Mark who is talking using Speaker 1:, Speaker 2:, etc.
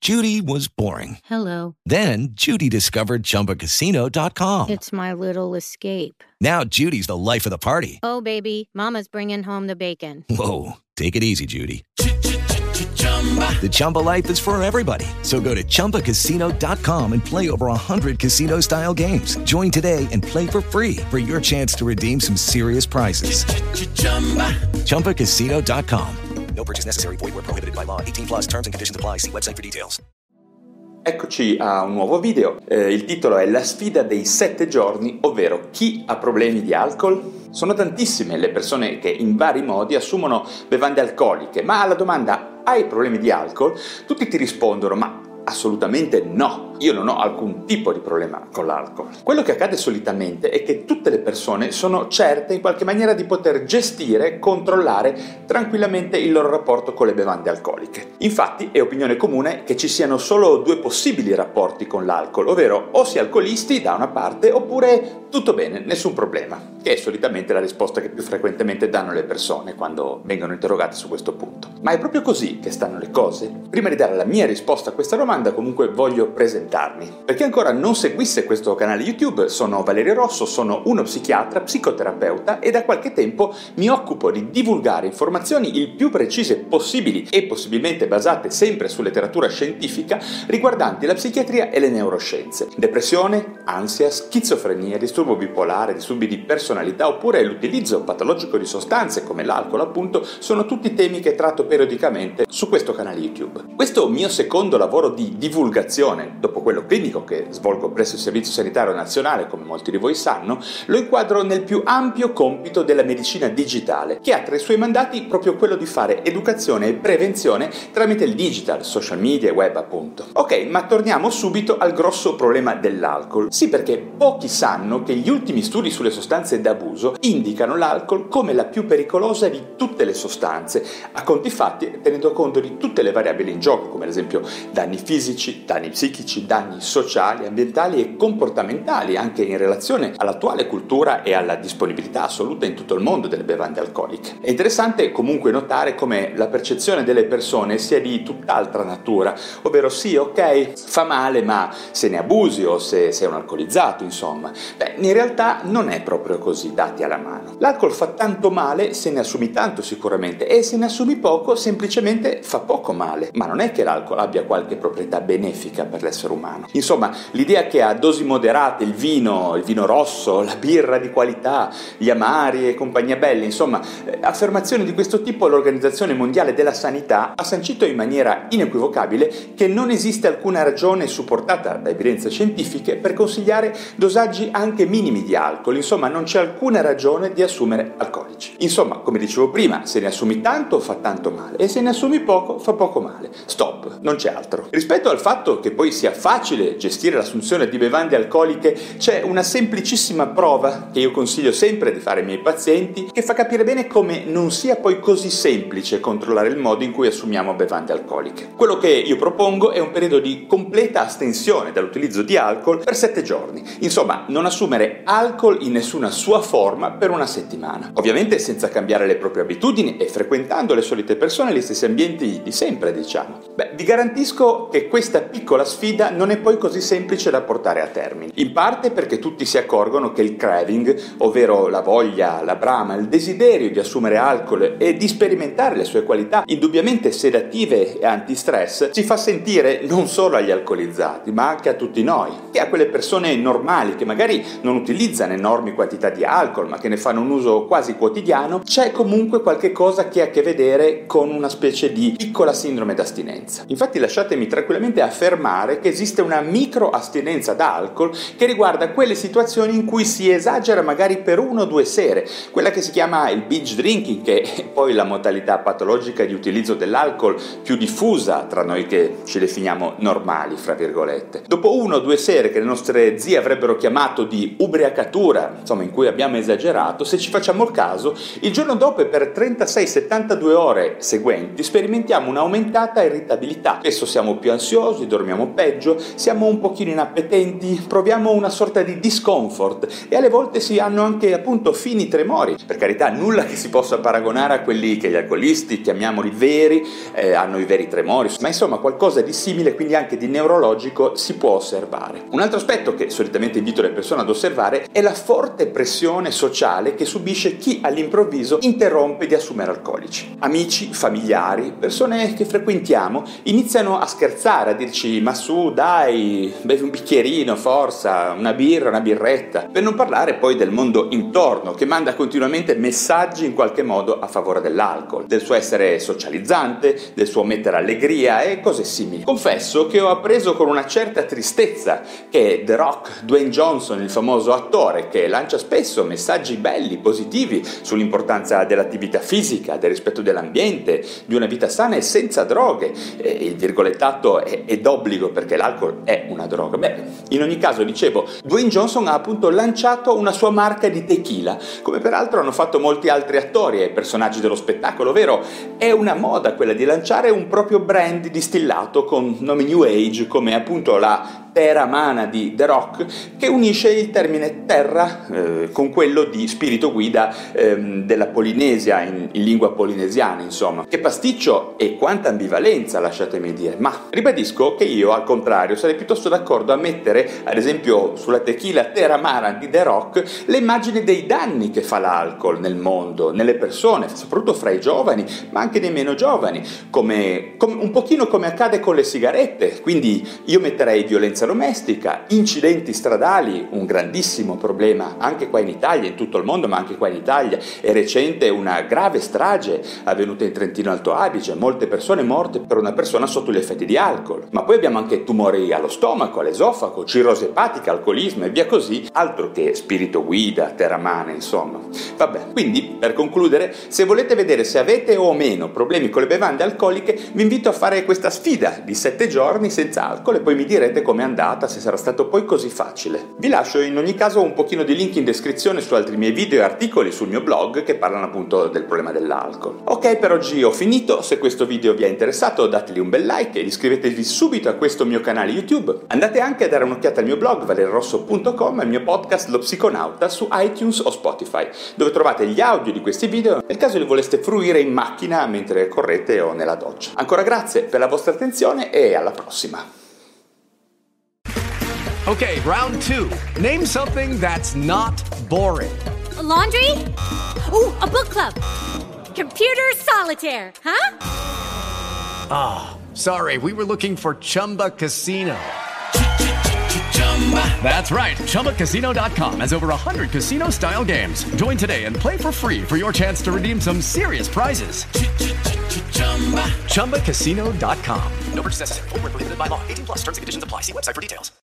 Speaker 1: Judy was boring.
Speaker 2: Hello.
Speaker 1: Then Judy discovered ChumbaCasino.com.
Speaker 2: It's my little escape.
Speaker 1: Now Judy's the life of the party.
Speaker 2: Oh, baby, mama's bringing home the bacon.
Speaker 1: Whoa, take it easy, Judy. The Chumba life is for everybody. So go to ChumbaCasino.com and play over 100 casino-style games. Join today and play for free for your chance to redeem some serious prizes. ChumbaCasino.com.
Speaker 3: No purchase necessary. Void where prohibited by law. 18 plus terms and conditions apply. See website for details.
Speaker 4: Eccoci a un nuovo video. Il titolo è La sfida dei 7 giorni, ovvero chi ha problemi di alcol? Sono tantissime le persone che in vari modi assumono bevande alcoliche, ma alla domanda hai problemi di alcol? Tutti ti rispondono ma assolutamente no. Io non ho alcun tipo di problema con l'alcol. Quello che accade solitamente è che tutte le persone sono certe in qualche maniera di poter gestire, controllare tranquillamente il loro rapporto con le bevande alcoliche. Infatti è opinione comune che ci siano solo 2 possibili rapporti con l'alcol, ovvero o si è alcolisti da una parte oppure tutto bene, nessun problema, che è solitamente la risposta che più frequentemente danno le persone quando vengono interrogate su questo punto. Ma è proprio così che stanno le cose? Prima di dare la mia risposta a questa domanda comunque voglio presentarmi. Per chi ancora non seguisse questo canale YouTube, sono Valerio Rosso, sono uno psichiatra, psicoterapeuta e da qualche tempo mi occupo di divulgare informazioni il più precise possibili e possibilmente basate sempre su letteratura scientifica riguardanti la psichiatria e le neuroscienze. Depressione, ansia, schizofrenia, disturbo bipolare, disturbi di personalità oppure l'utilizzo patologico di sostanze come l'alcol appunto sono tutti temi che tratto periodicamente su questo canale YouTube. Questo mio secondo lavoro di divulgazione, dopo quello clinico che svolgo presso il Servizio Sanitario Nazionale, come molti di voi sanno, lo inquadro nel più ampio compito della medicina digitale, che ha tra i suoi mandati proprio quello di fare educazione e prevenzione tramite il digital, social media e web appunto. Ok, ma torniamo subito al grosso problema dell'alcol. Sì, perché pochi sanno che gli ultimi studi sulle sostanze d'abuso indicano l'alcol come la più pericolosa di tutte le sostanze, a conti fatti tenendo conto di tutte le variabili in gioco, come ad esempio danni fisici, danni psichici, danni sociali, ambientali e comportamentali anche in relazione all'attuale cultura e alla disponibilità assoluta in tutto il mondo delle bevande alcoliche. È interessante comunque notare come la percezione delle persone sia di tutt'altra natura, ovvero sì, ok, fa male, ma se ne abusi o se sei un alcolizzato, insomma. In realtà non è proprio così, dati alla mano. L'alcol fa tanto male se ne assumi tanto sicuramente e se ne assumi poco semplicemente fa poco male, ma non è che l'alcol abbia qualche proprietà benefica per l'essere umano. Insomma, l'idea che a dosi moderate il vino rosso, la birra di qualità, gli amari e compagnia bella, insomma, affermazioni di questo tipo l'Organizzazione Mondiale della Sanità ha sancito in maniera inequivocabile che non esiste alcuna ragione supportata da evidenze scientifiche per consigliare dosaggi anche minimi di alcol, insomma non c'è alcuna ragione di assumere alcolici. Insomma, come dicevo prima, se ne assumi tanto fa tanto male e se ne assumi poco fa poco male. Stop, non c'è altro. Rispetto al fatto che poi sia facile gestire l'assunzione di bevande alcoliche, c'è una semplicissima prova che io consiglio sempre di fare ai miei pazienti, che fa capire bene come non sia poi così semplice controllare il modo in cui assumiamo bevande alcoliche. Quello che io propongo è un periodo di completa astensione dall'utilizzo di alcol per 7 giorni. Insomma, non assumere alcol in nessuna sua forma per una settimana. Ovviamente senza cambiare le proprie abitudini e frequentando le solite persone e gli stessi ambienti di sempre, diciamo. Vi garantisco che questa piccola sfida non è poi così semplice da portare a termine. In parte perché tutti si accorgono che il craving, ovvero la voglia, la brama, il desiderio di assumere alcol e di sperimentare le sue qualità indubbiamente sedative e antistress, ci fa sentire non solo agli alcolizzati, ma anche a tutti noi, e a quelle persone normali che magari non utilizzano enormi quantità di alcol, ma che ne fanno un uso quasi quotidiano. C'è comunque qualche cosa che ha a che vedere con una specie di piccola sindrome d'astinenza. Infatti lasciatemi tranquillamente affermare che esiste una microastinenza da alcol che riguarda quelle situazioni in cui si esagera magari per 1 o 2 sere, quella che si chiama il binge drinking, che è poi la modalità patologica di utilizzo dell'alcol più diffusa tra noi che ci definiamo normali, fra virgolette. Dopo 1 o 2 sere che le nostre zie avrebbero chiamato di ubriacatura, insomma in cui abbiamo esagerato, se ci facciamo il caso, il giorno dopo e per 36-72 ore seguenti sperimentiamo un'aumentata irritabilità negatività. Spesso siamo più ansiosi, dormiamo peggio, siamo un pochino inappetenti, proviamo una sorta di discomfort e alle volte si hanno anche appunto fini tremori. Per carità, nulla che si possa paragonare a quelli che gli alcolisti, chiamiamoli veri, hanno i veri tremori, ma insomma qualcosa di simile, quindi anche di neurologico, si può osservare. Un altro aspetto che solitamente invito le persone ad osservare è la forte pressione sociale che subisce chi all'improvviso interrompe di assumere alcolici. Amici, familiari, persone che frequentiamo iniziano a scherzare, a dirci: ma su, dai, bevi un bicchierino, forza, una birra, una birretta, per non parlare poi del mondo intorno che manda continuamente messaggi in qualche modo a favore dell'alcol, del suo essere socializzante, del suo mettere allegria e cose simili. Confesso che ho appreso con una certa tristezza che The Rock, Dwayne Johnson, il famoso attore che lancia spesso messaggi belli, positivi sull'importanza dell'attività fisica, del rispetto dell'ambiente, di una vita sana e senza droghe, il virgolettato è d'obbligo perché l'alcol è una droga. In ogni caso, dicevo, Dwayne Johnson ha appunto lanciato una sua marca di tequila, come peraltro hanno fatto molti altri attori e personaggi dello spettacolo, ovvero è una moda quella di lanciare un proprio brand distillato con nomi New Age, come appunto la Terra Mana di The Rock, che unisce il termine terra con quello di spirito guida della Polinesia, in lingua polinesiana, insomma. Che pasticcio e quanta ambivalenza, lasciatemi dire, ma ribadisco che io al contrario sarei piuttosto d'accordo a mettere, ad esempio sulla tequila Terra Mana di The Rock, le immagini dei danni che fa l'alcol nel mondo, nelle persone, soprattutto fra i giovani, ma anche nei meno giovani, come un pochino come accade con le sigarette. Quindi io metterei violenza domestica, incidenti stradali, un grandissimo problema anche qua in Italia, in tutto il mondo, ma anche qua in Italia. È recente una grave strage avvenuta in Trentino Alto Adige, molte persone morte per una persona sotto gli effetti di alcol. Ma poi abbiamo anche tumori allo stomaco, all'esofago, cirrosi epatica, alcolismo e via così, altro che spirito guida, terra mana, insomma. Vabbè, quindi per concludere, se volete vedere se avete o meno problemi con le bevande alcoliche, vi invito a fare questa sfida di 7 giorni senza alcol e poi mi direte com'è andata, se sarà stato poi così facile. Vi lascio in ogni caso un pochino di link in descrizione su altri miei video e articoli sul mio blog che parlano appunto del problema dell'alcol. Ok, per oggi ho finito. Se questo video vi è interessato dategli un bel like e iscrivetevi subito a questo mio canale YouTube. Andate anche a dare un'occhiata al mio blog valerrosso.com e al mio podcast Lo Psiconauta su iTunes o Spotify, dove trovate gli audio di questi video nel caso li voleste fruire in macchina mentre correte o nella doccia. Ancora grazie per la vostra attenzione e alla prossima.
Speaker 5: Okay, round 2. Name something that's not boring.
Speaker 6: A laundry? Ooh, a book club. Computer solitaire, huh?
Speaker 5: Ah, sorry, we were looking for Chumba Casino. That's right, ChumbaCasino.com has over 100 casino-style games. Join today and play for free for your chance to redeem some serious prizes. ChumbaCasino.com.
Speaker 3: No purchase necessary. Void where prohibited by law. 18+ terms and conditions apply. See website for details.